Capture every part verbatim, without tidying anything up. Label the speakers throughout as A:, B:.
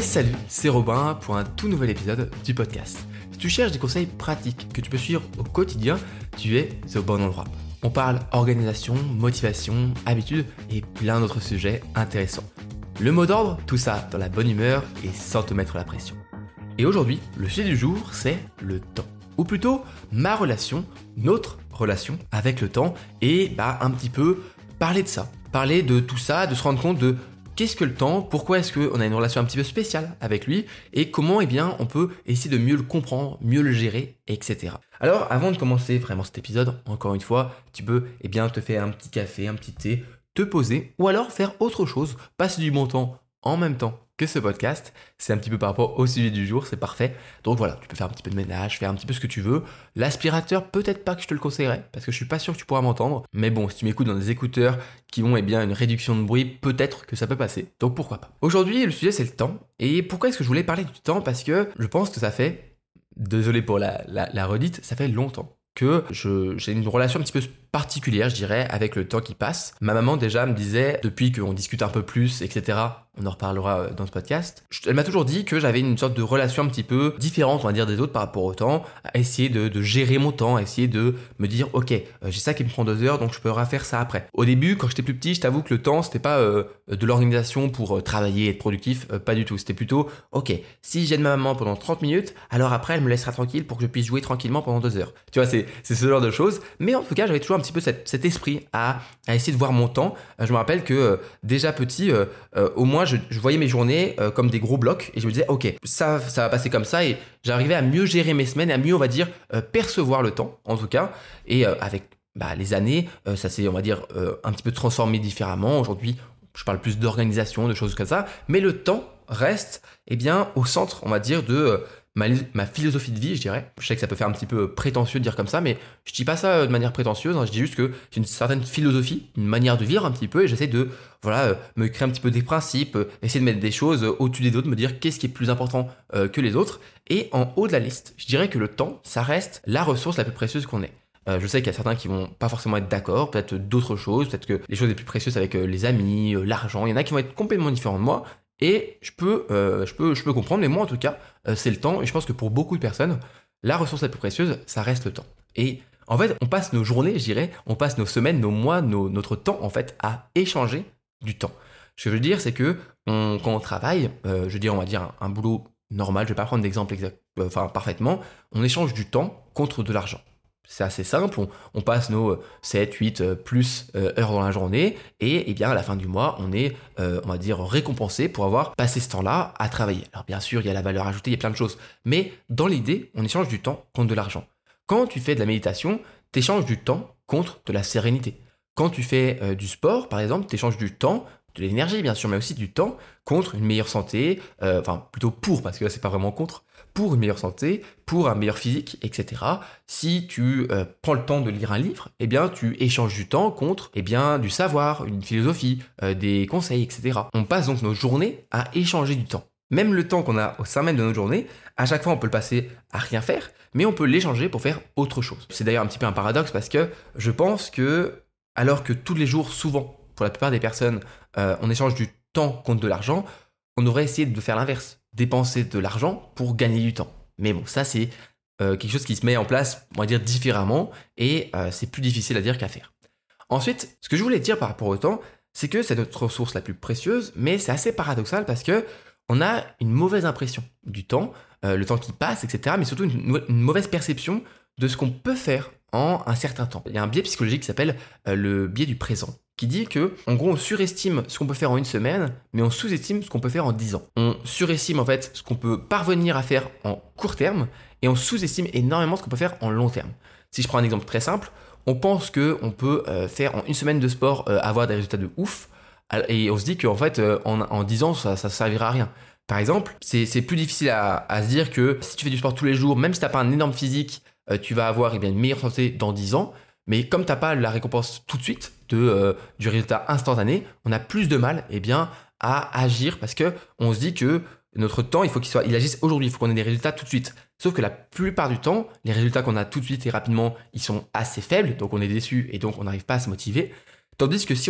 A: salut, c'est Robin pour un tout nouvel épisode du podcast. Si tu cherches des conseils pratiques que tu peux suivre au quotidien, tu es au bon endroit. On parle organisation, motivation, habitudes et plein d'autres sujets intéressants. Le mot d'ordre, tout ça dans la bonne humeur et sans te mettre la pression. Et aujourd'hui, le sujet du jour, c'est le temps. Ou plutôt, ma relation, notre relation avec le temps et bah, un petit peu parler de ça. Parler de tout ça, de se rendre compte de qu'est-ce que le temps, pourquoi est-ce qu'on a une relation un petit peu spéciale avec lui et comment eh bien, on peut essayer de mieux le comprendre, mieux le gérer, et cetera. Alors avant de commencer vraiment cet épisode, encore une fois, tu peux eh bien, te faire un petit café, un petit thé, te poser ou alors faire autre chose, passer du bon temps en même temps que ce podcast. C'est un petit peu par rapport au sujet du jour, c'est parfait. Donc voilà, tu peux faire un petit peu de ménage, faire un petit peu ce que tu veux. L'aspirateur, peut-être pas que je te le conseillerais, parce que je suis pas sûr que tu pourras m'entendre. Mais bon, si tu m'écoutes dans des écouteurs qui ont eh bien une réduction de bruit, peut-être que ça peut passer. Donc pourquoi pas. Aujourd'hui, le sujet c'est le temps. Et pourquoi est-ce que je voulais parler du temps? Parce que je pense que ça fait, désolé pour la, la, la redite, ça fait longtemps que je, j'ai une relation un petit peu particulière, je dirais, avec le temps qui passe. Ma maman déjà me disait, depuis qu'on discute un peu plus, et cetera, on en reparlera dans ce podcast, elle m'a toujours dit que j'avais une sorte de relation un petit peu différente, on va dire, des autres par rapport au temps, à essayer de, de gérer mon temps, à essayer de me dire, ok, euh, j'ai ça qui me prend deux heures, donc je peux refaire ça après. Au début, quand j'étais plus petit, je t'avoue que le temps, c'était pas euh, de l'organisation pour euh, travailler, être productif, euh, pas du tout. C'était plutôt, ok, si j'aide ma maman pendant trente minutes, alors après, elle me laissera tranquille pour que je puisse jouer tranquillement pendant deux heures. Tu vois, c'est, c'est ce genre de choses. Mais en tout cas, j'avais toujours un petit peu cette, cet esprit à, à essayer de voir mon temps. Euh, je me rappelle que euh, déjà petit, euh, euh, au moins, je, je voyais mes journées euh, comme des gros blocs et je me disais, ok, ça, ça va passer comme ça et j'arrivais à mieux gérer mes semaines et à mieux, on va dire, euh, percevoir le temps, en tout cas. Et euh, avec bah, les années, euh, ça s'est, on va dire, euh, un petit peu transformé différemment. Aujourd'hui, je parle plus d'organisation, de choses comme ça. Mais le temps reste, eh bien, au centre, on va dire, de euh, ma, ma philosophie de vie, je dirais. Je sais que ça peut faire un petit peu prétentieux de dire comme ça, mais je dis pas ça de manière prétentieuse. Hein. Je dis juste que j'ai une certaine philosophie, une manière de vivre un petit peu, et j'essaie de, voilà, euh, me créer un petit peu des principes, euh, essayer de mettre des choses euh, au-dessus des autres, me dire qu'est-ce qui est plus important euh, que les autres. Et en haut de la liste, je dirais que le temps, ça reste la ressource la plus précieuse qu'on ait. Euh, je sais qu'il y a certains qui vont pas forcément être d'accord, peut-être d'autres choses, peut-être que les choses les plus précieuses avec euh, les amis, euh, l'argent, il y en a qui vont être complètement différents de moi. Et je peux, euh, je peux, je peux comprendre, mais moi en tout cas, euh, c'est le temps. Et je pense que pour beaucoup de personnes, la ressource la plus précieuse, ça reste le temps. Et en fait, on passe nos journées, je dirais, on passe nos semaines, nos mois, nos, notre temps en fait à échanger du temps. Ce que je veux dire, c'est que on, quand on travaille, euh, je veux dire, on va dire un, un boulot normal, je vais pas prendre d'exemple exact, euh, enfin parfaitement, on échange du temps contre de l'argent. C'est assez simple, on, on passe nos sept, huit euh, plus euh, heures dans la journée et, et bien à la fin du mois, on est, euh, on va dire, récompensé pour avoir passé ce temps-là à travailler. Alors bien sûr, il y a la valeur ajoutée, il y a plein de choses, mais dans l'idée, on échange du temps contre de l'argent. Quand tu fais de la méditation, tu échanges du temps contre de la sérénité. Quand tu fais euh, du sport, par exemple, tu échanges du temps, de l'énergie bien sûr, mais aussi du temps contre une meilleure santé, euh, enfin plutôt pour, parce que là c'est pas vraiment contre, pour une meilleure santé, pour un meilleur physique, et cetera. Si tu euh, prends le temps de lire un livre, eh bien tu échanges du temps contre eh bien, du savoir, une philosophie, euh, des conseils, et cetera. On passe donc nos journées à échanger du temps. Même le temps qu'on a au sein même de notre journée, à chaque fois on peut le passer à rien faire, mais on peut l'échanger pour faire autre chose. C'est d'ailleurs un petit peu un paradoxe parce que je pense que, alors que tous les jours, souvent, pour la plupart des personnes, euh, on échange du temps contre de l'argent, on devrait essayer de faire l'inverse, dépenser de l'argent pour gagner du temps. Mais bon, ça c'est euh, quelque chose qui se met en place, on va dire, différemment, et euh, c'est plus difficile à dire qu'à faire. Ensuite, ce que je voulais dire par rapport au temps, c'est que c'est notre ressource la plus précieuse, mais c'est assez paradoxal parce que on a une mauvaise impression du temps, euh, le temps qui passe, et cetera, mais surtout une, une mauvaise perception de ce qu'on peut faire en un certain temps. Il y a un biais psychologique qui s'appelle euh, le biais du présent, qui dit que, en gros, on surestime ce qu'on peut faire en une semaine, mais on sous-estime ce qu'on peut faire en dix ans. On surestime en fait ce qu'on peut parvenir à faire en court terme, et on sous-estime énormément ce qu'on peut faire en long terme. Si je prends un exemple très simple, on pense qu'on peut euh, faire en une semaine de sport euh, avoir des résultats de ouf, et on se dit qu'en fait, euh, en, en dix ans, ça ne servira à rien. Par exemple, c'est, c'est plus difficile à, à se dire que si tu fais du sport tous les jours, même si tu n'as pas un énorme physique, euh, tu vas avoir eh bien, une meilleure santé dans dix ans. Mais comme tu n'as pas la récompense tout de suite de, euh, du résultat instantané, on a plus de mal eh bien, à agir parce qu'on se dit que notre temps, il faut qu'il soit, il agisse aujourd'hui, il faut qu'on ait des résultats tout de suite. Sauf que la plupart du temps, les résultats qu'on a tout de suite et rapidement, ils sont assez faibles, donc on est déçu et donc on n'arrive pas à se motiver. Tandis que si on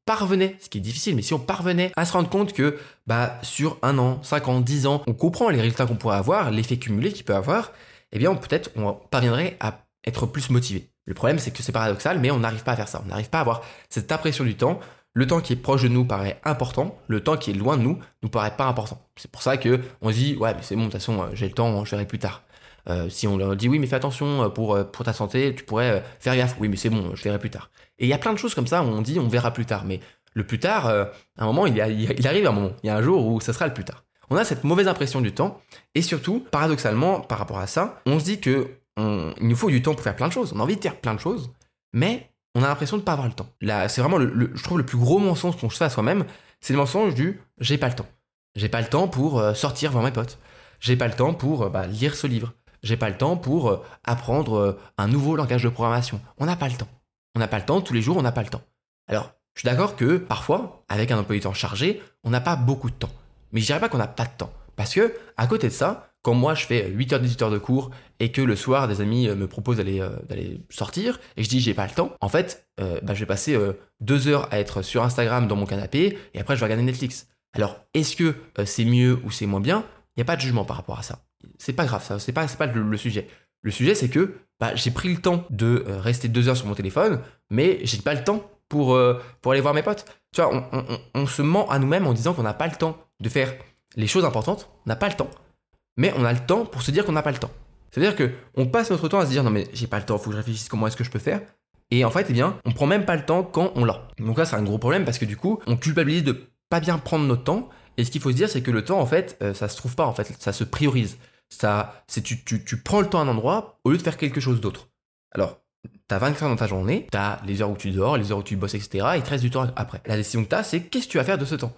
A: parvenait, ce qui est difficile, mais si on parvenait à se rendre compte que bah, sur un an, cinq ans, dix ans, on comprend les résultats qu'on pourrait avoir, l'effet cumulé qu'il peut avoir, eh bien peut-être on parviendrait à être plus motivé. Le problème, c'est que c'est paradoxal, mais on n'arrive pas à faire ça. On n'arrive pas à avoir cette impression du temps. Le temps qui est proche de nous paraît important, le temps qui est loin de nous nous paraît pas important. C'est pour ça que on se dit ouais mais c'est bon, de toute façon j'ai le temps, je verrai plus tard. Euh, si on leur dit oui mais fais attention pour, pour ta santé, tu pourrais faire gaffe, oui mais c'est bon, je verrai plus tard. Et il y a plein de choses comme ça où on dit on verra plus tard, mais le plus tard, euh, à un moment il, y a, il arrive un moment, il y a un jour où ça sera le plus tard. On a cette mauvaise impression du temps et surtout paradoxalement par rapport à ça, on se dit que on, il nous faut du temps pour faire plein de choses, on a envie de faire plein de choses, mais on a l'impression de ne pas avoir le temps. Là, c'est vraiment, le, le, je trouve, le plus gros mensonge qu'on se fait à soi-même, c'est le mensonge du « j'ai pas le temps ». J'ai pas le temps pour euh, sortir voir mes potes. J'ai pas le temps pour euh, bah, lire ce livre. J'ai pas le temps pour euh, apprendre euh, un nouveau langage de programmation. On n'a pas le temps. On n'a pas le temps, tous les jours, on n'a pas le temps. Alors, je suis d'accord que parfois, avec un emploi du temps chargé, on n'a pas beaucoup de temps. Mais je dirais pas qu'on n'a pas de temps. Parce que, à côté de ça, quand moi je fais huit heures dix-huit heures de cours et que le soir des amis me proposent d'aller, euh, d'aller sortir et je dis j'ai pas le temps, en fait euh, bah, je vais passer euh, deux heures à être sur Instagram dans mon canapé et après je vais regarder Netflix. Alors est-ce que euh, c'est mieux ou c'est moins bien? Il n'y a pas de jugement par rapport à ça. C'est pas grave, ça, c'est pas, c'est pas le, le sujet. Le sujet c'est que bah, j'ai pris le temps de euh, rester deux heures sur mon téléphone, mais j'ai pas le temps pour, euh, pour aller voir mes potes. Tu vois, on, on, on se ment à nous-mêmes en disant qu'on n'a pas le temps de faire les choses importantes, on n'a pas le temps. Mais on a le temps pour se dire qu'on n'a pas le temps. C'est-à-dire qu'on passe notre temps à se dire non mais j'ai pas le temps, faut que je réfléchisse comment est-ce que je peux faire. Et en fait, eh bien, on prend même pas le temps quand on l'a. Donc là, c'est un gros problème parce que du coup, on culpabilise de pas bien prendre notre temps. Et ce qu'il faut se dire, c'est que le temps, en fait, euh, ça se trouve pas, en fait, ça se priorise. Ça, c'est tu, tu, tu prends le temps à un endroit au lieu de faire quelque chose d'autre. Alors, t'as vingt-quatre heures dans ta journée, t'as les heures où tu dors, les heures où tu bosses, et cetera. Et il te reste du temps après. La décision que t'as, c'est qu'est-ce que tu vas faire de ce temps.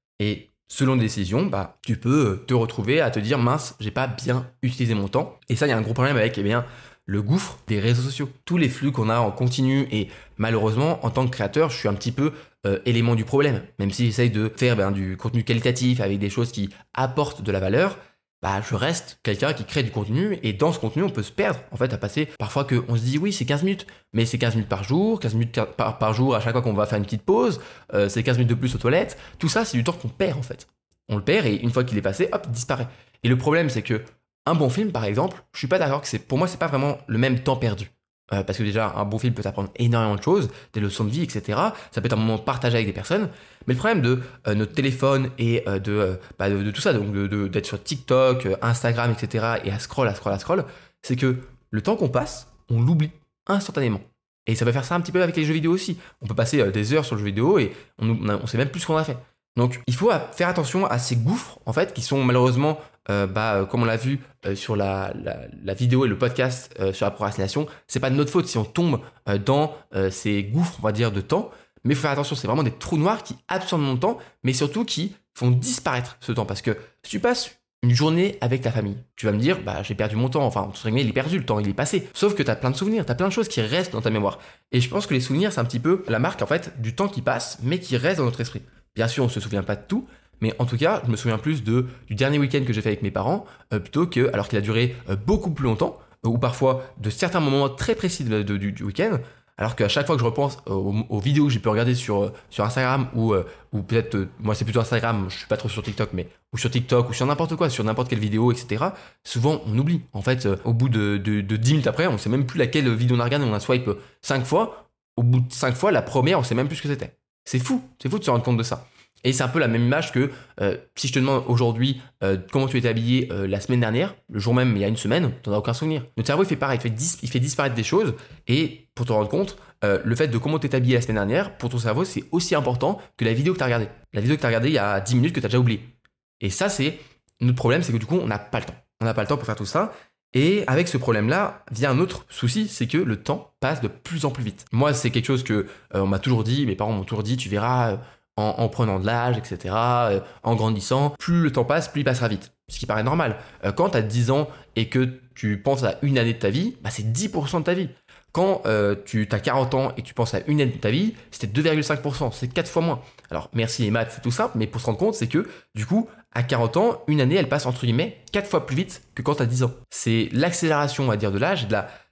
A: Et selon les décisions, bah, tu peux te retrouver à te dire mince, j'ai pas bien utilisé mon temps. Et ça, il y a un gros problème avec eh bien, le gouffre des réseaux sociaux. Tous les flux qu'on a en continu et malheureusement, en tant que créateur, je suis un petit peu euh, élément du problème. Même si j'essaye de faire ben, du contenu qualitatif avec des choses qui apportent de la valeur, bah, je reste quelqu'un qui crée du contenu et dans ce contenu, on peut se perdre. En fait, à passer parfois qu'on se dit oui, c'est quinze minutes, mais c'est quinze minutes par jour, quinze minutes par, par jour à chaque fois qu'on va faire une petite pause, euh, c'est quinze minutes de plus aux toilettes. Tout ça, c'est du temps qu'on perd en fait. On le perd et une fois qu'il est passé, hop, il disparaît. Et le problème, c'est que un bon film, par exemple, je suis pas d'accord que c'est, pour moi, c'est pas vraiment le même temps perdu. Euh, parce que déjà, un bon film peut t'apprendre énormément de choses, des leçons de vie, et cetera. Ça peut être un moment partagé avec des personnes. Mais le problème de euh, notre téléphone et euh, de, euh, bah, de, de tout ça, donc de, de, d'être sur TikTok, euh, Instagram, et cetera, et à scroll, à scroll, à scroll, c'est que le temps qu'on passe, on l'oublie instantanément. Et ça peut faire ça un petit peu avec les jeux vidéo aussi. On peut passer euh, des heures sur le jeu vidéo et on, on, a, on sait même plus ce qu'on a fait. Donc, il faut faire attention à ces gouffres, en fait, qui sont malheureusement, euh, bah, comme on l'a vu euh, sur la, la, la vidéo et le podcast euh, sur la procrastination, c'est pas de notre faute si on tombe euh, dans euh, ces gouffres, on va dire, de temps. Mais il faut faire attention, c'est vraiment des trous noirs qui absorbent mon temps, mais surtout qui font disparaître ce temps. Parce que si tu passes une journée avec ta famille, tu vas me dire, bah, j'ai perdu mon temps, enfin, entre guillemets, il est perdu, le temps, il est passé. Sauf que tu as plein de souvenirs, tu as plein de choses qui restent dans ta mémoire. Et je pense que les souvenirs, c'est un petit peu la marque, en fait, du temps qui passe, mais qui reste dans notre esprit. Bien sûr, on ne se souvient pas de tout, mais en tout cas, je me souviens plus de, du dernier week-end que j'ai fait avec mes parents, euh, plutôt que, alors qu'il a duré euh, beaucoup plus longtemps, euh, ou parfois de certains moments très précis de, de, du, du week-end, alors qu'à chaque fois que je repense euh, aux, aux vidéos que j'ai pu regarder sur, euh, sur Instagram, ou, euh, ou peut-être, euh, moi c'est plutôt Instagram, je suis pas trop sur TikTok, mais ou sur TikTok, ou sur n'importe quoi, sur n'importe quelle vidéo, et cetera, souvent on oublie. En fait, euh, au bout de, de, de dix minutes après, on sait même plus laquelle vidéo on a regardé, on a swipe cinq fois, au bout de cinq fois, la première, on sait même plus ce que c'était. C'est fou, c'est fou de se rendre compte de ça. Et c'est un peu la même image que euh, si je te demande aujourd'hui euh, comment tu étais habillé euh, la semaine dernière, le jour même, il y a une semaine, tu n'en as aucun souvenir. Notre cerveau, il fait pareil, il fait, dis- il fait disparaître des choses. Et pour te rendre compte, euh, le fait de comment tu étais habillé la semaine dernière, pour ton cerveau, c'est aussi important que la vidéo que tu as regardée. La vidéo que tu as regardée il y a dix minutes que tu as déjà oublié. Et ça, c'est notre problème, c'est que du coup, on n'a pas le temps. On n'a pas le temps pour faire tout ça. Et avec ce problème-là, vient un autre souci, c'est que le temps passe de plus en plus vite. Moi, c'est quelque chose que euh, on m'a toujours dit, mes parents m'ont toujours dit, tu verras... Euh, En, en prenant de l'âge, et cetera, euh, en grandissant, plus le temps passe, plus il passera vite. Ce qui paraît normal. Euh, quand tu as dix ans et que tu penses à une année de ta vie, bah, c'est dix pour cent de ta vie. Quand euh, tu as quarante ans et que tu penses à une année de ta vie, c'était deux virgule cinq pour cent, c'est quatre fois moins. Alors merci les maths, c'est tout simple, mais pour se rendre compte, c'est que du coup, à quarante ans, une année, elle passe entre guillemets quatre fois plus vite que quand tu as dix ans. C'est l'accélération, on va dire, de l'âge, de la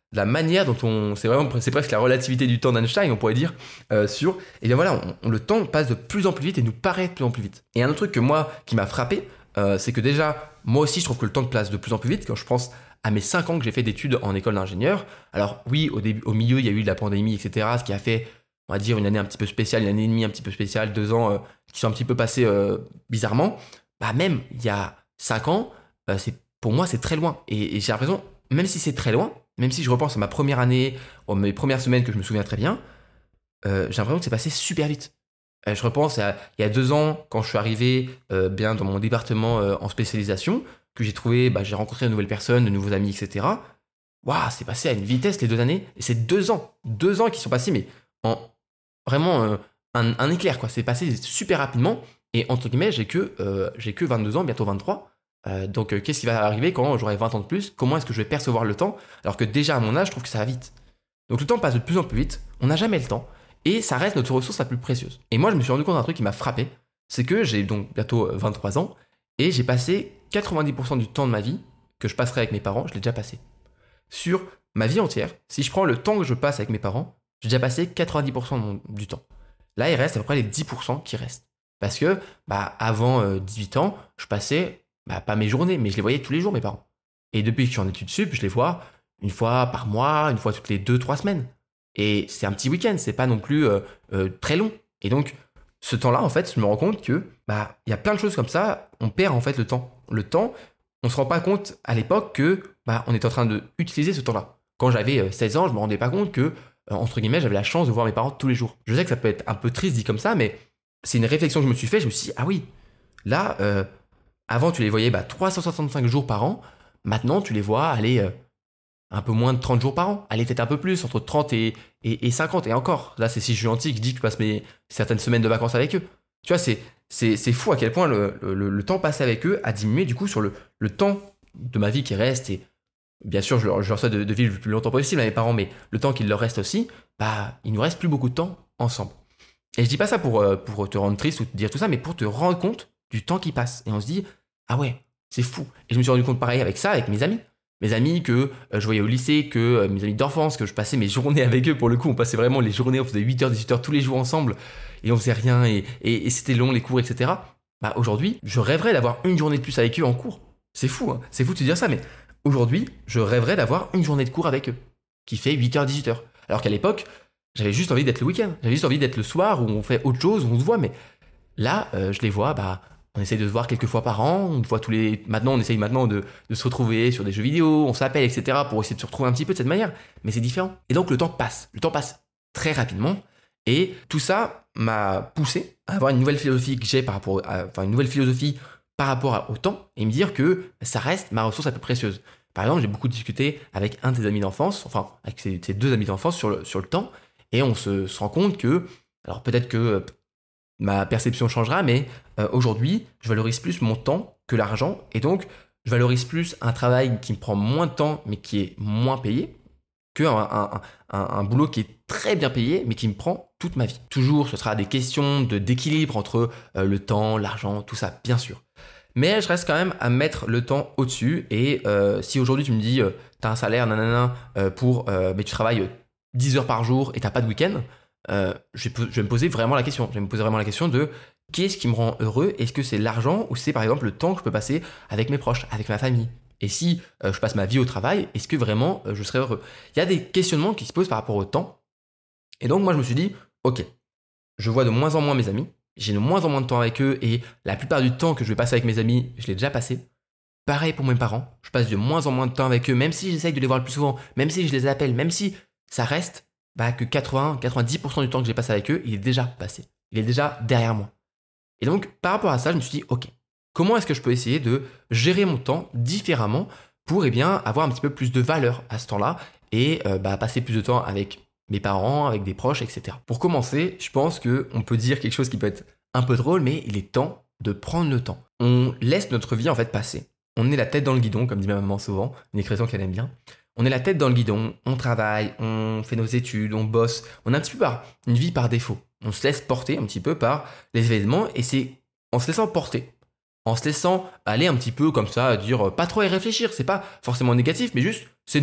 A: la manière dont on, c'est vraiment, c'est presque la relativité du temps d'Einstein, on pourrait dire, euh, sur, et bien voilà, on, on- le temps passe de plus en plus vite et nous paraît de plus en plus vite. Et un autre truc que moi, qui m'a frappé, euh, c'est que déjà, moi aussi, je trouve que le temps passe de plus en plus vite quand je pense à mes cinq ans que j'ai fait d'études en école d'ingénieur. Alors oui, au début, au milieu, il y a eu de la pandémie, et cetera, ce qui a fait, on va dire, une année un petit peu spéciale, une année et demie un petit peu spéciale, deux ans euh, qui sont un petit peu passés euh, bizarrement. Bah même, il y a cinq ans, euh, c'est, pour moi, c'est très loin. Et, et j'ai l'impression, même si c'est très loin, même si je repense à ma première année, aux mes premières semaines que je me souviens très bien, euh, j'ai l'impression que c'est passé super vite. Euh, je repense à il y a deux ans, quand je suis arrivé euh, bien dans mon département euh, en spécialisation, que j'ai trouvé, bah, j'ai rencontré de nouvelles personnes, de nouveaux amis, et cetera. Waouh, c'est passé à une vitesse les deux années. Et c'est deux ans. Deux ans qui sont passés, mais en vraiment euh, un, un éclair, quoi. C'est passé super rapidement. Et entre guillemets, j'ai que, euh, j'ai que vingt-deux ans, bientôt vingt-trois. Euh, donc, euh, qu'est-ce qui va arriver quand j'aurai vingt ans de plus? Comment est-ce que je vais percevoir le temps? Alors que déjà à mon âge, je trouve que ça va vite. Donc, le temps passe de plus en plus vite. On n'a jamais le temps. Et ça reste notre ressource la plus précieuse. Et moi, je me suis rendu compte d'un truc qui m'a frappé. C'est que j'ai donc bientôt vingt-trois ans. Et j'ai passé quatre-vingt-dix pour cent du temps de ma vie que je passerai avec mes parents, je l'ai déjà passé. Sur ma vie entière, si je prends le temps que je passe avec mes parents, j'ai déjà passé quatre-vingt-dix pour cent de mon- du temps. Là, il reste à peu près les dix pour cent qui restent. Parce que, bah, avant euh, dix-huit ans, je passais, bah, pas mes journées, mais je les voyais tous les jours, mes parents. Et depuis que je suis en études sup, je les vois une fois par mois, une fois toutes les deux, trois semaines. Et c'est un petit week-end, c'est pas non plus euh, euh, très long. Et donc, ce temps-là, en fait, je me rends compte que, bah, il y a plein de choses comme ça, on perd en fait le temps. Le temps, on se rend pas compte à l'époque que, bah, on est en train d'utiliser ce temps-là. Quand j'avais euh, seize ans, je me rendais pas compte que, euh, entre guillemets, j'avais la chance de voir mes parents tous les jours. Je sais que ça peut être un peu triste dit comme ça, mais c'est une réflexion que je me suis fait. Je me suis dit, ah oui, là, euh, avant, tu les voyais bah, trois cent soixante-cinq jours par an. Maintenant, tu les vois aller euh, un peu moins de trente jours par an. Allez, peut-être un peu plus, entre trente et, et, et cinquante. Et encore, là, c'est si je suis gentil que je dis que je passe mes certaines semaines de vacances avec eux. Tu vois, c'est, c'est, c'est fou à quel point le, le, le temps passé avec eux a diminué du coup sur le, le temps de ma vie qui reste. Et bien sûr, je leur, je leur souhaite de, de vivre le plus longtemps possible à mes parents, mais le temps qu'il leur reste aussi, bah, il nous reste plus beaucoup de temps ensemble. Et je dis pas ça pour, euh, pour te rendre triste ou te dire tout ça, mais pour te rendre compte du temps qui passe. Et on se dit, ah ouais, c'est fou. Et je me suis rendu compte pareil avec ça, avec mes amis. Mes amis que euh, je voyais au lycée, que euh, mes amis d'enfance, que je passais mes journées avec eux. Pour le coup, on passait vraiment les journées, on faisait huit heures, dix-huit heures tous les jours ensemble. Et on faisait rien, et, et, et c'était long les cours, et cetera. Bah aujourd'hui, je rêverais d'avoir une journée de plus avec eux en cours. C'est fou, hein. C'est fou de te dire ça, mais aujourd'hui, je rêverais d'avoir une journée de cours avec eux, qui fait huit heures, dix-huit heures. Alors qu'à l'époque, j'avais juste envie d'être le week-end. J'avais juste envie d'être le soir où on fait autre chose, où on se voit. Mais là, euh, je les vois, bah, on essaye de se voir quelques fois par an. On se voit tous les. Maintenant, on essaye maintenant de, de se retrouver sur des jeux vidéo. On s'appelle, et cetera pour essayer de se retrouver un petit peu de cette manière. Mais c'est différent. Et donc, le temps passe. Le temps passe très rapidement. Et tout ça m'a poussé à avoir une nouvelle philosophie que j'ai par rapport à, enfin, une nouvelle philosophie par rapport à- au temps et me dire que ça reste ma ressource la plus précieuse. Par exemple, j'ai beaucoup discuté avec un de tes amis d'enfance, enfin, avec ses, ses deux amis d'enfance sur le, sur le temps. Et on se, se rend compte que, alors peut-être que euh, ma perception changera, mais euh, aujourd'hui, je valorise plus mon temps que l'argent. Et donc, je valorise plus un travail qui me prend moins de temps, mais qui est moins payé, qu'un un, un, un boulot qui est très bien payé, mais qui me prend toute ma vie. Toujours, ce sera des questions de, d'équilibre entre euh, le temps, l'argent, tout ça, bien sûr. Mais je reste quand même à mettre le temps au-dessus. Et euh, si aujourd'hui tu me dis, euh, t'as un salaire, nanana, euh, pour, euh, mais tu travailles dix heures par jour et t'as pas de week-end, euh, je, vais, je vais me poser vraiment la question. Je vais me poser vraiment la question de qu'est-ce qui me rend heureux? Est-ce que c'est l'argent ou c'est par exemple le temps que je peux passer avec mes proches, avec ma famille? Et si euh, je passe ma vie au travail, est-ce que vraiment euh, je serai heureux? Il y a des questionnements qui se posent par rapport au temps. Et donc moi je me suis dit, ok, je vois de moins en moins mes amis, j'ai de moins en moins de temps avec eux et la plupart du temps que je vais passer avec mes amis, je l'ai déjà passé. Pareil pour mes parents, je passe de moins en moins de temps avec eux, même si j'essaye de les voir le plus souvent, même si je les appelle, même si ça reste bah, que quatre-vingts à quatre-vingt-dix pour cent du temps que j'ai passé avec eux, il est déjà passé. Il est déjà derrière moi. Et donc, par rapport à ça, je me suis dit, ok, comment est-ce que je peux essayer de gérer mon temps différemment pour eh bien, avoir un petit peu plus de valeur à ce temps-là et euh, bah, passer plus de temps avec mes parents, avec des proches, et cetera. Pour commencer, je pense qu'on peut dire quelque chose qui peut être un peu drôle, mais il est temps de prendre le temps. On laisse notre vie en fait passer. On est la tête dans le guidon, comme dit ma maman souvent, une expression qu'elle aime bien. On est la tête dans le guidon, on travaille, on fait nos études, on bosse, on a un petit peu par une vie par défaut. On se laisse porter un petit peu par les événements et c'est en se laissant porter, en se laissant aller un petit peu comme ça, à dire pas trop y réfléchir, c'est pas forcément négatif, mais juste c'est neutre.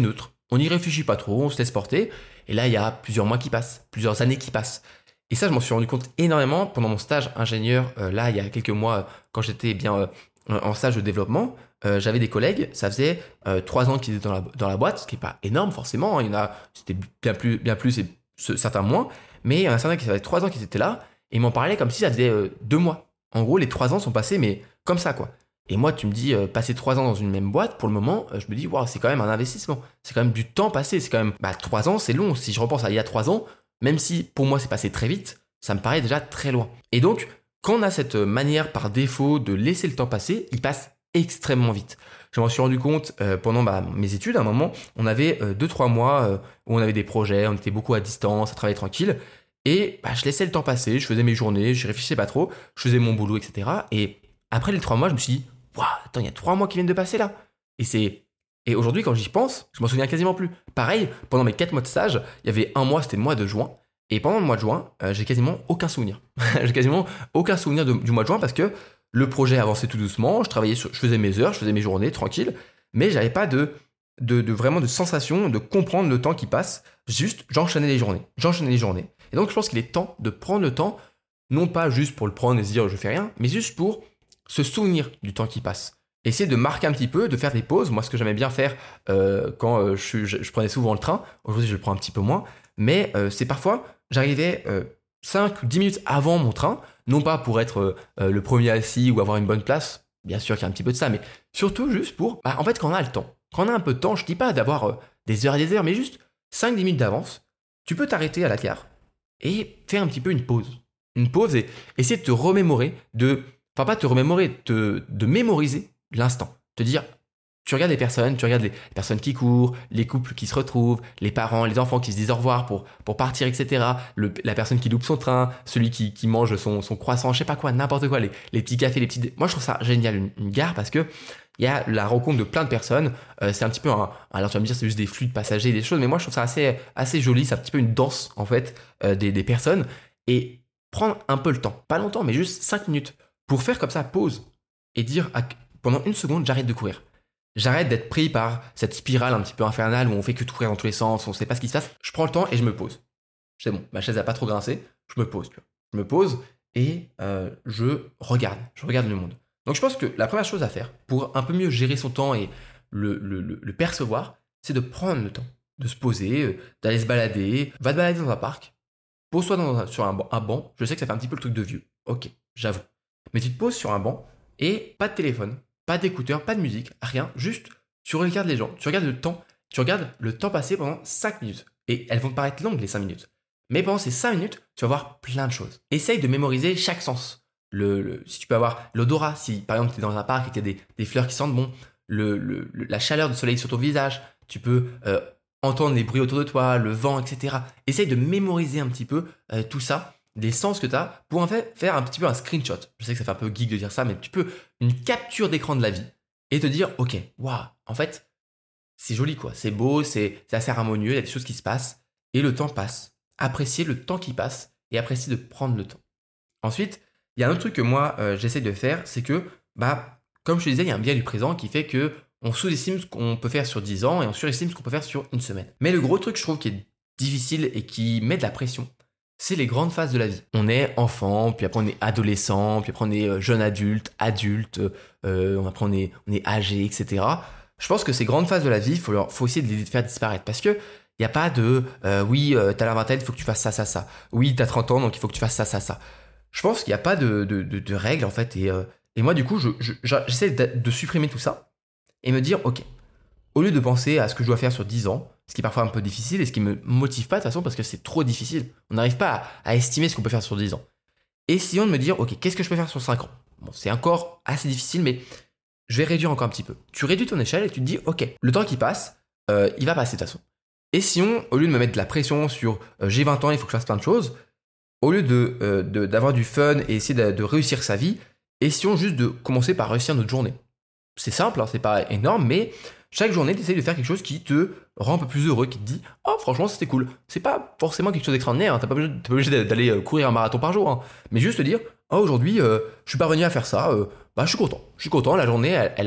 A: On n'y réfléchit pas trop, on se laisse porter. Et là, il y a plusieurs mois qui passent, plusieurs années qui passent. Et ça, je m'en suis rendu compte énormément pendant mon stage ingénieur. Euh, là, il y a quelques mois, euh, quand j'étais bien euh, en stage de développement, euh, j'avais des collègues, ça faisait euh, trois ans qu'ils étaient dans la, dans la boîte, ce qui n'est pas énorme forcément. Hein. Il y en a, c'était bien plus, bien plus et ce, certains moins. Mais il y en a certains qui avaient trois ans qu'ils étaient là et ils m'en parlaient comme si ça faisait euh, deux mois. En gros, les trois ans sont passés, mais comme ça, quoi. Et moi, tu me dis, euh, passer trois ans dans une même boîte, pour le moment, euh, je me dis, waouh, c'est quand même un investissement. C'est quand même du temps passé. C'est quand même, bah, trois ans, c'est long. Si je repense à il y a trois ans, même si pour moi, c'est passé très vite, ça me paraît déjà très loin. Et donc, quand on a cette manière par défaut de laisser le temps passer, il passe extrêmement vite. Je m'en suis rendu compte euh, pendant bah, mes études. À un moment, on avait euh, deux trois mois euh, où on avait des projets, on était beaucoup à distance, à travailler tranquille. Et bah, je laissais le temps passer, je faisais mes journées, je réfléchissais pas trop, je faisais mon boulot, et cetera. Et après les trois mois, je me suis dit, waouh, attends, il y a trois mois qui viennent de passer là. Et c'est et aujourd'hui, quand j'y pense, je m'en souviens quasiment plus. Pareil, pendant mes quatre mois de stage, il y avait un mois, c'était le mois de juin. Et pendant le mois de juin, euh, j'ai quasiment aucun souvenir. j'ai quasiment aucun souvenir de- du mois de juin parce que le projet avançait tout doucement, je travaillais sur, je faisais mes heures, je faisais mes journées tranquille, mais j'avais pas de, de, de vraiment de sensation de comprendre le temps qui passe. Juste, j'enchaînais les journées, j'enchaînais les journées. Et donc, je pense qu'il est temps de prendre le temps, non pas juste pour le prendre et se dire je fais rien, mais juste pour se souvenir du temps qui passe. Essayer de marquer un petit peu, de faire des pauses. Moi, ce que j'aimais bien faire euh, quand euh, je, je, je prenais souvent le train, aujourd'hui je le prends un petit peu moins, mais euh, c'est parfois, j'arrivais euh, cinq ou dix minutes avant mon train, non pas pour être euh, le premier assis ou avoir une bonne place, bien sûr qu'il y a un petit peu de ça, mais surtout juste pour, bah, en fait, quand on a le temps, quand on a un peu de temps, je dis pas d'avoir euh, des heures et des heures, mais juste cinq dix minutes d'avance, tu peux t'arrêter à la gare et faire un petit peu une pause. Une pause et essayer de te remémorer, de, enfin pas te remémorer, de, de mémoriser l'instant. Te dire, tu regardes les personnes, tu regardes les personnes qui courent, les couples qui se retrouvent, les parents, les enfants qui se disent au revoir pour, pour partir, et cetera. Le, la personne qui loupe son train, celui qui, qui mange son, son croissant, je sais pas quoi, n'importe quoi, les, les petits cafés, les petits... Moi, je trouve ça génial, une, une gare, parce que il y a la rencontre de plein de personnes. Euh, c'est un petit peu un... Alors, tu vas me dire, c'est juste des flux de passagers, des choses, mais moi, je trouve ça assez, assez joli. C'est un petit peu une danse, en fait, euh, des, des personnes. Et prendre un peu le temps, pas longtemps, mais juste cinq minutes, pour faire comme ça, pause, et dire, à- pendant une seconde, j'arrête de courir. J'arrête d'être pris par cette spirale un petit peu infernale où on fait que tout courir dans tous les sens, on sait pas ce qui se passe. Je prends le temps et je me pose. C'est bon, ma chaise a pas trop grincé, je me pose. Tu vois. Je me pose et euh, je regarde, je regarde le monde. Donc je pense que la première chose à faire pour un peu mieux gérer son temps et le, le, le, le percevoir, c'est de prendre le temps, de se poser, euh, d'aller se balader, va te balader dans un parc, pose-toi dans un- sur un, ban- un banc. Je sais que ça fait un petit peu le truc de vieux, ok, j'avoue. Mais tu te poses sur un banc et pas de téléphone, pas d'écouteurs, pas de musique, rien, juste tu regardes les gens, tu regardes le temps, tu regardes le temps passé pendant cinq minutes. Et elles vont te paraître longues les cinq minutes. Mais pendant ces cinq minutes, tu vas voir plein de choses. Essaye de mémoriser chaque sens. Le, le- si tu peux avoir l'odorat, si par exemple tu es dans un parc et qu'il y a des, des fleurs qui sentent bon, le, le- le- la chaleur du soleil sur ton visage, tu peux euh, entendre les bruits autour de toi, le vent, et cetera. Essaye de mémoriser un petit peu euh, tout ça, des sens que tu as, pour en fait faire un petit peu un screenshot. Je sais que ça fait un peu geek de dire ça, mais tu peux une capture d'écran de la vie et te dire, ok, waouh, en fait, c'est joli quoi, c'est beau, c'est c'est assez harmonieux, il y a des choses qui se passent et le temps passe. Apprécier le temps qui passe et apprécier de prendre le temps. Ensuite, il y a un autre truc que moi euh, j'essaie de faire, c'est que, bah, comme je te disais, il y a un biais du présent qui fait que on sous-estime ce qu'on peut faire sur dix ans et on surestime ce qu'on peut faire sur une semaine. Mais le gros truc, je trouve, qui est difficile et qui met de la pression, c'est les grandes phases de la vie. On est enfant, puis après on est adolescent, puis après on est euh, jeune adulte, adulte, euh, après on est, on est âgé, et cetera. Je pense que ces grandes phases de la vie, il faut, leur- faut essayer de les faire disparaître parce que il n'y a pas de euh, oui, euh, t'as la vingtaine, il faut que tu fasses ça, ça, ça. Oui, t'as trente ans, donc il faut que tu fasses ça, ça, ça. Je pense qu'il n'y a pas de, de, de- de règles en fait. Et, euh, et moi, du coup, je, je- je- j'essaie de, de supprimer tout ça et me dire, ok, au lieu de penser à ce que je dois faire sur dix ans, ce qui est parfois un peu difficile et ce qui me motive pas de toute façon parce que c'est trop difficile. On n'arrive pas à, à estimer ce qu'on peut faire sur dix ans. Essayons de me dire, ok, qu'est-ce que je peux faire sur cinq ans? Bon, c'est encore assez difficile, mais je vais réduire encore un petit peu. Tu réduis ton échelle et tu te dis, ok, le temps qui passe, euh, il va passer de toute façon. Essayons, au lieu de me mettre de la pression sur euh, j'ai vingt ans, il faut que je fasse plein de choses, au lieu de, euh, de- d'avoir du fun et essayer de, de réussir sa vie, essayons juste de commencer par réussir notre journée. C'est simple, hein, c'est pas énorme, mais chaque journée, tu essayes de faire quelque chose qui te rend un peu plus heureux, qui te dit oh, franchement, c'était cool. C'est pas forcément quelque chose d'extraordinaire, hein, t'es pas obligé, t'es pas obligé d'aller euh, courir un marathon par jour, hein, mais juste te dire oh, aujourd'hui, euh, je suis parvenu à faire ça, euh, bah, je suis content. Je suis content, la journée, elle, elle a,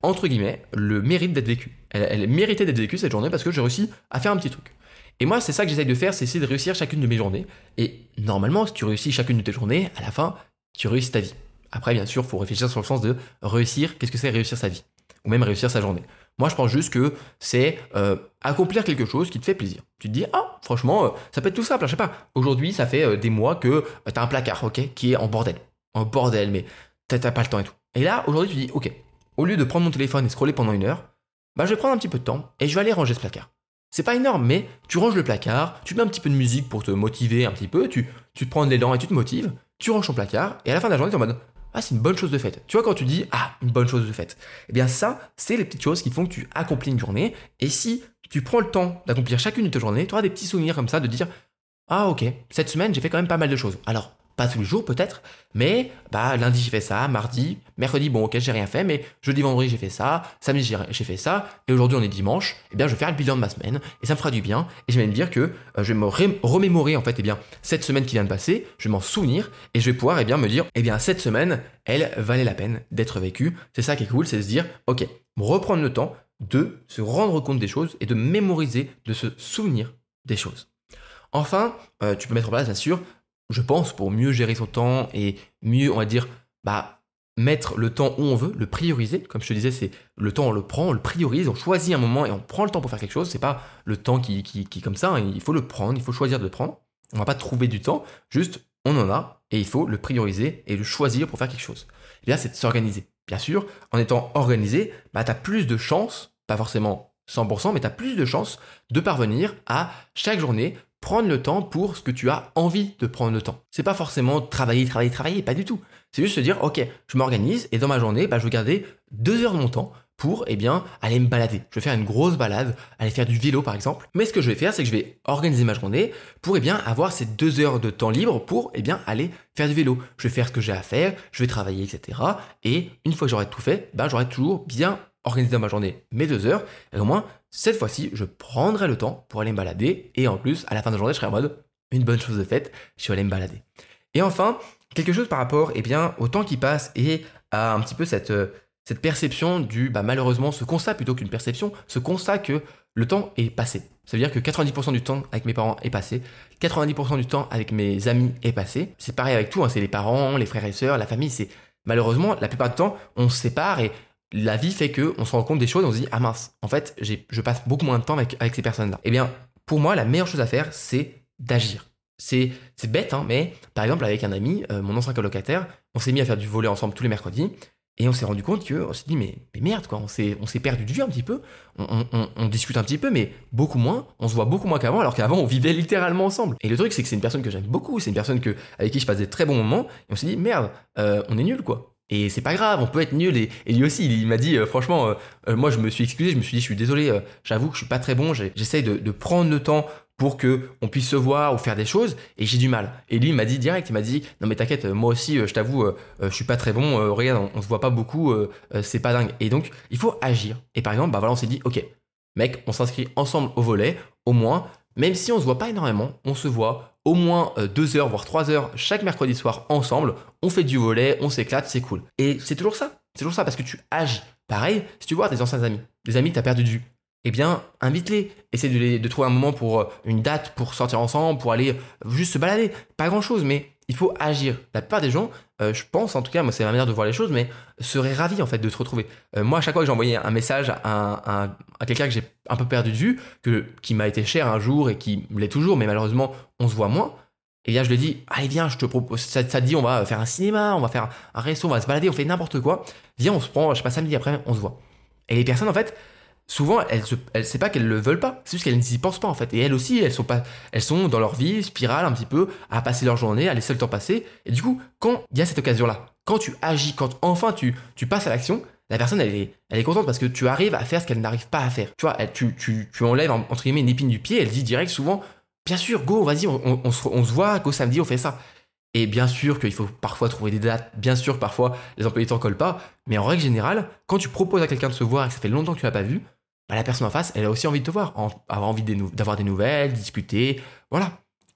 A: entre guillemets, le mérite d'être vécue. Elle, elle méritait d'être vécue cette journée parce que j'ai réussi à faire un petit truc. Et moi, c'est ça que j'essaye de faire, c'est essayer de réussir chacune de mes journées. Et normalement, si tu réussis chacune de tes journées, à la fin, tu réussis ta vie. Après, bien sûr, il faut réfléchir sur le sens de réussir. Qu'est-ce que c'est réussir sa vie? Ou même réussir sa journée. Moi, je pense juste que c'est euh, accomplir quelque chose qui te fait plaisir. Tu te dis, ah, franchement, euh, ça peut être tout simple. Hein, je sais pas, aujourd'hui, ça fait euh, des mois que euh, tu as un placard, ok, qui est en bordel. En bordel, mais t'as, t'as pas le temps et tout. Et là, aujourd'hui, tu dis, ok, au lieu de prendre mon téléphone et scroller pendant une heure, bah, je vais prendre un petit peu de temps et je vais aller ranger ce placard. C'est pas énorme, mais tu ranges le placard, tu mets un petit peu de musique pour te motiver un petit peu, tu, tu te prends de l'élan et tu te motives, tu ranges ton placard, et à la fin de la journée, tu es en mode ah, c'est une bonne chose de faite. Tu vois, quand tu dis ah, une bonne chose de faite, eh bien, ça, c'est les petites choses qui font que tu accomplis une journée, et si tu prends le temps d'accomplir chacune de tes journées, tu auras des petits souvenirs comme ça de dire ah, ok, cette semaine, j'ai fait quand même pas mal de choses. Alors, pas tous les jours peut-être, mais bah, lundi j'ai fait ça, mardi, mercredi, bon ok j'ai rien fait, mais jeudi, vendredi j'ai fait ça, samedi j'ai, j'ai fait ça, et aujourd'hui on est dimanche, eh bien je vais faire le bilan de ma semaine, et ça me fera du bien, et je vais me dire que euh, je vais me ré- remémorer en fait eh bien, cette semaine qui vient de passer, je vais m'en souvenir, et je vais pouvoir eh bien, me dire, eh bien cette semaine, elle valait la peine d'être vécue. C'est ça qui est cool, c'est de se dire, ok, reprendre le temps de se rendre compte des choses, et de mémoriser, de se souvenir des choses. Enfin, euh, tu peux mettre en place bien sûr, je pense, pour mieux gérer son temps et mieux, on va dire, bah, mettre le temps où on veut, le prioriser. Comme je te disais, c'est le temps, on le prend, on le priorise, on choisit un moment et on prend le temps pour faire quelque chose. C'est pas le temps qui, qui, qui comme ça, hein. Il faut le prendre, il faut choisir de le prendre. On va pas trouver du temps, juste on en a et il faut le prioriser et le choisir pour faire quelque chose. Et là, c'est de s'organiser. Bien sûr, en étant organisé, bah, tu as plus de chances, pas forcément cent pour cent, mais tu as plus de chances de parvenir à chaque journée prendre le temps pour ce que tu as envie de prendre le temps. C'est pas forcément travailler, travailler, travailler, pas du tout. C'est juste se dire, ok, je m'organise et dans ma journée, bah, je vais garder deux heures de mon temps pour eh bien, aller me balader. Je vais faire une grosse balade, aller faire du vélo par exemple. Mais ce que je vais faire, c'est que je vais organiser ma journée pour eh bien, avoir ces deux heures de temps libre pour eh bien, aller faire du vélo. Je vais faire ce que j'ai à faire, je vais travailler, et cetera. Et une fois que j'aurai tout fait, bah, j'aurai toujours bien organisé dans ma journée mes deux heures. Et au moins, cette fois-ci, je prendrai le temps pour aller me balader. Et en plus, à la fin de la journée, je serai en mode une bonne chose de faite, je vais aller me balader. Et enfin, quelque chose par rapport eh bien, au temps qui passe et à un petit peu cette, cette perception du, bah, malheureusement, ce constat plutôt qu'une perception, ce constat que le temps est passé. Ça veut dire que quatre-vingt-dix pour cent du temps avec mes parents est passé, quatre-vingt-dix pour cent du temps avec mes amis est passé. C'est pareil avec tout, hein, c'est les parents, les frères et sœurs, la famille, c'est malheureusement, la plupart du temps, on se sépare et la vie fait qu'on se rend compte des choses, on se dit ah mince, en fait, j'ai, je passe beaucoup moins de temps avec, avec ces personnes-là. Eh bien, pour moi, la meilleure chose à faire, c'est d'agir. C'est, c'est bête, hein, mais par exemple, avec un ami, euh, mon ancien colocataire, on s'est mis à faire du volley ensemble tous les mercredis, et on s'est rendu compte qu'on s'est dit mais, mais merde, quoi, on s'est, on s'est perdu de vue un petit peu, on, on, on discute un petit peu, mais beaucoup moins, on se voit beaucoup moins qu'avant, alors qu'avant, on vivait littéralement ensemble. Et le truc, c'est que c'est une personne que j'aime beaucoup, c'est une personne que, avec qui je passe des très bons moments, et on s'est dit merde, euh, on est nuls, quoi. Et c'est pas grave, on peut être nul. Et, et lui aussi, il, il m'a dit, euh, franchement, euh, euh, moi je me suis excusé, je me suis dit, je suis désolé, euh, j'avoue que je suis pas très bon, j'ai, j'essaye de, de prendre le temps pour que on puisse se voir ou faire des choses, et j'ai du mal. Et lui, il m'a dit direct, il m'a dit, non mais t'inquiète, moi aussi, euh, je t'avoue, euh, euh, je suis pas très bon, euh, regarde, on, on se voit pas beaucoup, euh, euh, c'est pas dingue. Et donc, il faut agir. Et par exemple, bah voilà, on s'est dit, ok, mec, on s'inscrit ensemble au volley, au moins, même si on se voit pas énormément, on se voit au moins deux heures, voire trois heures chaque mercredi soir ensemble, on fait du volley, on s'éclate, c'est cool. Et c'est toujours ça, c'est toujours ça, parce que tu agis. Pareil, si tu vois tes anciens amis, des amis que tu as perdu de vue, eh bien, invite-les, essaie de, les, de trouver un moment pour une date, pour sortir ensemble, pour aller juste se balader. Pas grand-chose, mais il faut agir. La plupart des gens, euh, je pense en tout cas, moi c'est ma manière de voir les choses, mais seraient ravis en fait de te retrouver. Euh, moi, à chaque fois que j'ai envoyé un message à, un, à, à quelqu'un que j'ai un peu perdu de vue, que, qui m'a été cher un jour et qui me l'est toujours, mais malheureusement on se voit moins, et bien je lui dis, allez viens, je te propose, ça, ça te dit on va faire un cinéma, on va faire un resto, on va se balader, on fait n'importe quoi, viens on se prend, je sais pas, samedi après, on se voit. Et les personnes en fait, souvent, elles, se, elles c'est pas qu'elles le veulent pas, c'est juste qu'elles n'y pensent pas en fait. Et elles aussi, elles sont pas, elles sont dans leur vie spirale un petit peu à passer leur journée, à laisser le temps passer. Et du coup, quand il y a cette occasion-là, quand tu agis, quand enfin tu, tu passes à l'action, la personne elle est, elle est contente parce que tu arrives à faire ce qu'elle n'arrive pas à faire. Tu vois, elle, tu, tu, tu enlèves entre guillemets une épine du pied. Elle dit direct souvent, bien sûr, go, vas-y, on, on, on, se, on se voit, go samedi, on fait ça. Et bien sûr qu'il faut parfois trouver des dates, bien sûr que parfois les emplois du temps collent pas, mais en règle générale, quand tu proposes à quelqu'un de se voir et que ça fait longtemps que tu l'as pas vu, bah la personne en face, elle a aussi envie de te voir, avoir envie d'avoir des nouvelles, discuter, voilà. Donc,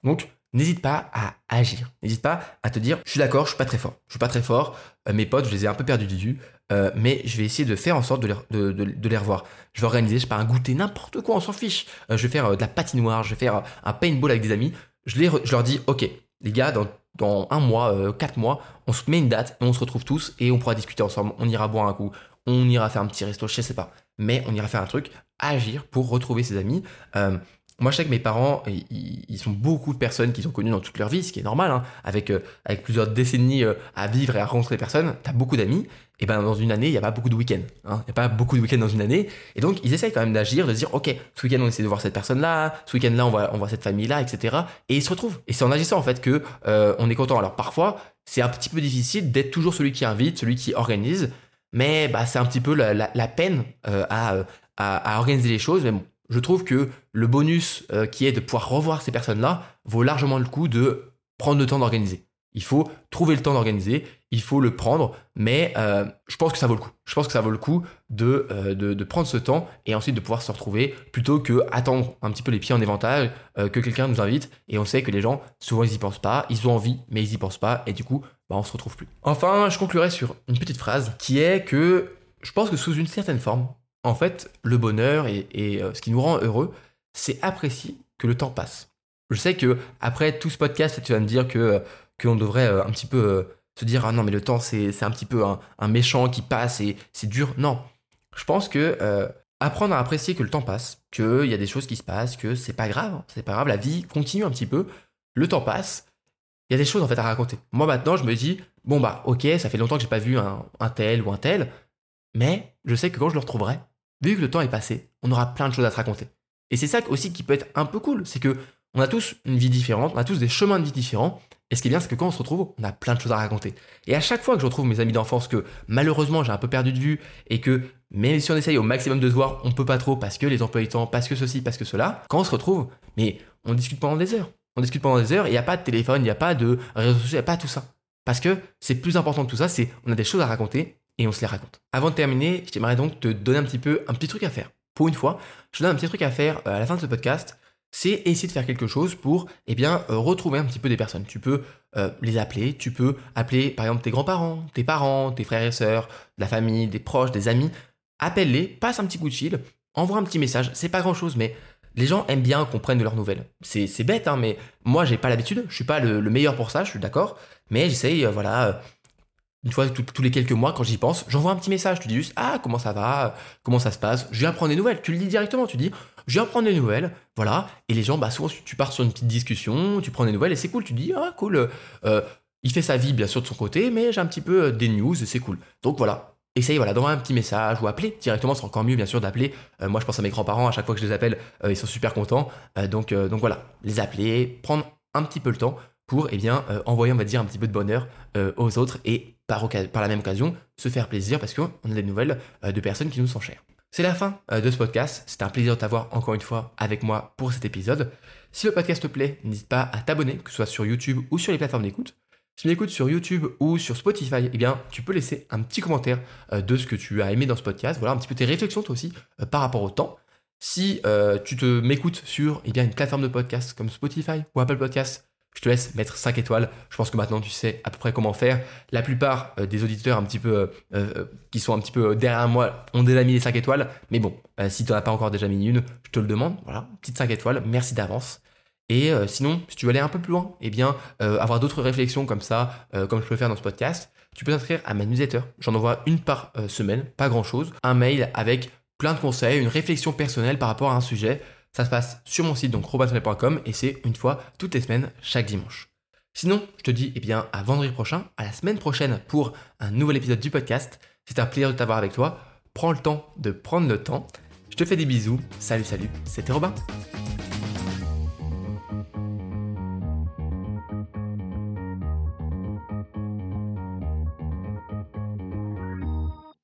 A: n'hésite pas à agir. N'hésite pas à te dire, je suis d'accord, je suis pas très fort. Je suis pas très fort. Euh, mes potes, je les ai un peu perdus de vue. Euh, mais je vais essayer de faire en sorte de les, de, de, de les revoir. Je vais organiser, je sais pas, un goûter, n'importe quoi, on s'en fiche. Euh, je vais faire euh, de la patinoire, je vais faire euh, un paintball avec des amis. Je, les, je leur dis, ok, les gars, dans, dans un mois, euh, quatre mois, on se met une date et on se retrouve tous et on pourra discuter ensemble. On ira boire un coup, on ira faire un petit resto, je sais pas. Mais on ira faire un truc, agir pour retrouver ses amis. Euh, Moi, je sais que mes parents, ils, ils sont beaucoup de personnes qu'ils ont connues dans toute leur vie, ce qui est normal, hein, avec, euh, avec plusieurs décennies euh, à vivre et à rencontrer des personnes. T'as beaucoup d'amis, et ben dans une année, il n'y a pas beaucoup de week-ends. Hein, il n'y a pas beaucoup de week-ends dans une année. Et donc, ils essayent quand même d'agir, de se dire, ok, ce week-end, on essaie de voir cette personne-là, ce week-end-là, on voit, on voit cette famille-là, et cetera. Et ils se retrouvent. Et c'est en agissant, en fait, que euh, on est content. Alors, parfois, c'est un petit peu difficile d'être toujours celui qui invite, celui qui organise, mais bah, c'est un petit peu la, la, la peine euh, à, à, à organiser les choses. Mais bon, je trouve que le bonus euh, qui est de pouvoir revoir ces personnes-là vaut largement le coup de prendre le temps d'organiser. Il faut trouver le temps d'organiser, il faut le prendre, mais euh, je pense que ça vaut le coup. Je pense que ça vaut le coup de, euh, de, de prendre ce temps et ensuite de pouvoir se retrouver plutôt que attendre un petit peu les pieds en éventail, euh, que quelqu'un nous invite et on sait que les gens, souvent ils y pensent pas, ils ont envie mais ils y pensent pas et du coup, bah, on se retrouve plus. Enfin, je conclurai sur une petite phrase qui est que je pense que sous une certaine forme, en fait, le bonheur et, et euh, ce qui nous rend heureux, c'est apprécier que le temps passe. Je sais que après tout ce podcast, tu vas me dire que euh, qu'on devrait euh, un petit peu euh, se dire ah non mais le temps c'est c'est un petit peu un, un méchant qui passe et c'est dur. Non, je pense que euh, apprendre à apprécier que le temps passe, qu'il y a des choses qui se passent, que c'est pas grave, hein, c'est pas grave, la vie continue un petit peu, le temps passe. Il y a des choses en fait à raconter. Moi maintenant, je me dis bon bah ok, ça fait longtemps que j'ai pas vu un, un tel ou un tel. Mais je sais que quand je le retrouverai, vu que le temps est passé, on aura plein de choses à se raconter. Et c'est ça aussi qui peut être un peu cool, c'est que on a tous une vie différente, on a tous des chemins de vie différents, et ce qui est bien, c'est que quand on se retrouve, on a plein de choses à raconter. Et à chaque fois que je retrouve mes amis d'enfance que malheureusement j'ai un peu perdu de vue, et que même si on essaye au maximum de se voir, on peut pas trop parce que les emplois du temps, parce que ceci, parce que cela, quand on se retrouve, mais on discute pendant des heures. On discute pendant des heures, et il n'y a pas de téléphone, il n'y a pas de réseaux sociaux, il n'y a pas tout ça. Parce que c'est plus important que tout ça, c'est on a des choses à raconter, et on se les raconte. Avant de terminer, j'aimerais donc te donner un petit peu un petit truc à faire. Pour une fois, je te donne un petit truc à faire à la fin de ce podcast, c'est essayer de faire quelque chose pour eh bien, euh, retrouver un petit peu des personnes. Tu peux euh, les appeler, tu peux appeler par exemple tes grands-parents, tes parents, tes frères et sœurs, de la famille, des proches, des amis. Appelle-les, passe un petit coup de fil, envoie un petit message, c'est pas grand-chose, mais les gens aiment bien qu'on prenne de leurs nouvelles. C'est, c'est bête, hein, mais moi j'ai pas l'habitude, je suis pas le, le meilleur pour ça, je suis d'accord, mais j'essaye, euh, voilà... Euh, Une fois tous tous les quelques mois, quand j'y pense, j'envoie un petit message. Tu dis juste ah comment ça va, comment ça se passe. Je viens prendre des nouvelles. Tu le dis directement. Tu dis je viens prendre des nouvelles. Voilà. Et les gens, bah souvent tu pars sur une petite discussion, tu prends des nouvelles et c'est cool. Tu dis ah cool. Euh, il fait sa vie bien sûr de son côté, mais j'ai un petit peu des news et c'est cool. Donc voilà. Essaye voilà d'envoyer un petit message ou appeler directement. C'est encore mieux bien sûr d'appeler. Euh, moi je pense à mes grands-parents à chaque fois que je les appelle, euh, ils sont super contents. Euh, donc euh, donc voilà, les appeler, prendre un petit peu le temps pour eh bien, euh, envoyer, on va dire, un petit peu de bonheur euh, aux autres et par, par la même occasion, se faire plaisir parce qu'on a des nouvelles euh, de personnes qui nous sont chères. C'est la fin euh, de ce podcast. C'était un plaisir de t'avoir encore une fois avec moi pour cet épisode. Si le podcast te plaît, n'hésite pas à t'abonner, que ce soit sur YouTube ou sur les plateformes d'écoute. Si tu m'écoutes sur YouTube ou sur Spotify, eh bien, tu peux laisser un petit commentaire euh, de ce que tu as aimé dans ce podcast. Voilà un petit peu tes réflexions toi aussi euh, par rapport au temps. Si euh, tu te m'écoutes sur eh bien, une plateforme de podcast comme Spotify ou Apple Podcasts, je te laisse mettre cinq étoiles. Je pense que maintenant tu sais à peu près comment faire. La plupart euh, des auditeurs un petit peu, euh, euh, qui sont un petit peu derrière moi ont déjà mis les cinq étoiles. Mais bon, euh, si tu n'en as pas encore déjà mis une, je te le demande. Voilà, petite cinq étoiles, merci d'avance. Et euh, sinon, si tu veux aller un peu plus loin, eh bien, euh, avoir d'autres réflexions comme ça, euh, comme je peux le faire dans ce podcast, tu peux t'inscrire à ma newsletter. J'en envoie une par euh, semaine, pas grand-chose. Un mail avec plein de conseils, une réflexion personnelle par rapport à un sujet. Ça se passe sur mon site, donc robinsoleil point com, et c'est une fois toutes les semaines, chaque dimanche. Sinon, je te dis eh bien, à vendredi prochain, à la semaine prochaine pour un nouvel épisode du podcast. C'est un plaisir de t'avoir avec toi. Prends le temps de prendre le temps. Je te fais des bisous. Salut, salut, c'était Robin.